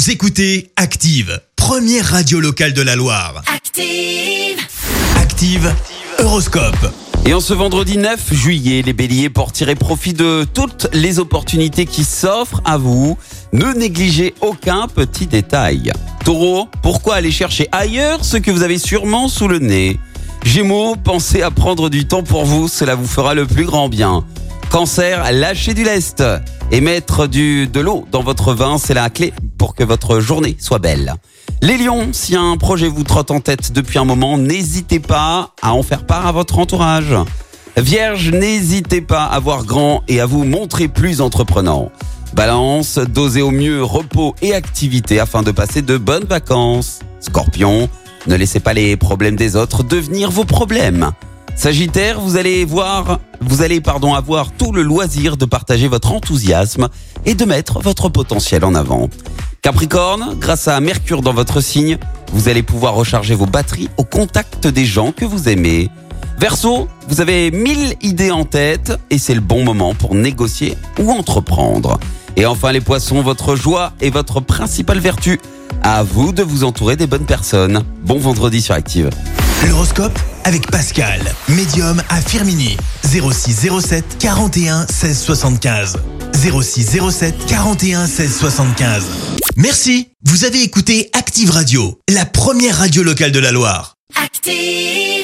Vous écoutez Active, première radio locale de la Loire. Active. Active Horoscope. Et en ce vendredi 9 juillet, les béliers, pour tirer profit de toutes les opportunités qui s'offrent à vous, ne négligez aucun petit détail. Taureau, pourquoi aller chercher ailleurs ce que vous avez sûrement sous le nez? Gémeaux, pensez à prendre du temps pour vous, cela vous fera le plus grand bien. Cancer, lâchez du lest et mettre de l'eau dans votre vin, c'est la clé pour que votre journée soit belle. Les lions, si un projet vous trotte en tête depuis un moment, n'hésitez pas à en faire part à votre entourage. Vierge, n'hésitez pas à voir grand et à vous montrer plus entreprenant. Balance, dosez au mieux repos et activité afin de passer de bonnes vacances. Scorpion, ne laissez pas les problèmes des autres devenir vos problèmes. Sagittaire, vous allez avoir tout le loisir de partager votre enthousiasme et de mettre votre potentiel en avant. Capricorne, grâce à Mercure dans votre signe, vous allez pouvoir recharger vos batteries au contact des gens que vous aimez. Verseau, vous avez 1000 idées en tête et c'est le bon moment pour négocier ou entreprendre. Et enfin les poissons, votre joie est votre principale vertu. À vous de vous entourer des bonnes personnes. Bon vendredi sur Active. L'horoscope avec Pascal, médium à Firminy. 06 07 41 16 75. 06 07 41 16 75. Merci, vous avez écouté Active Radio, la première radio locale de la Loire. Active.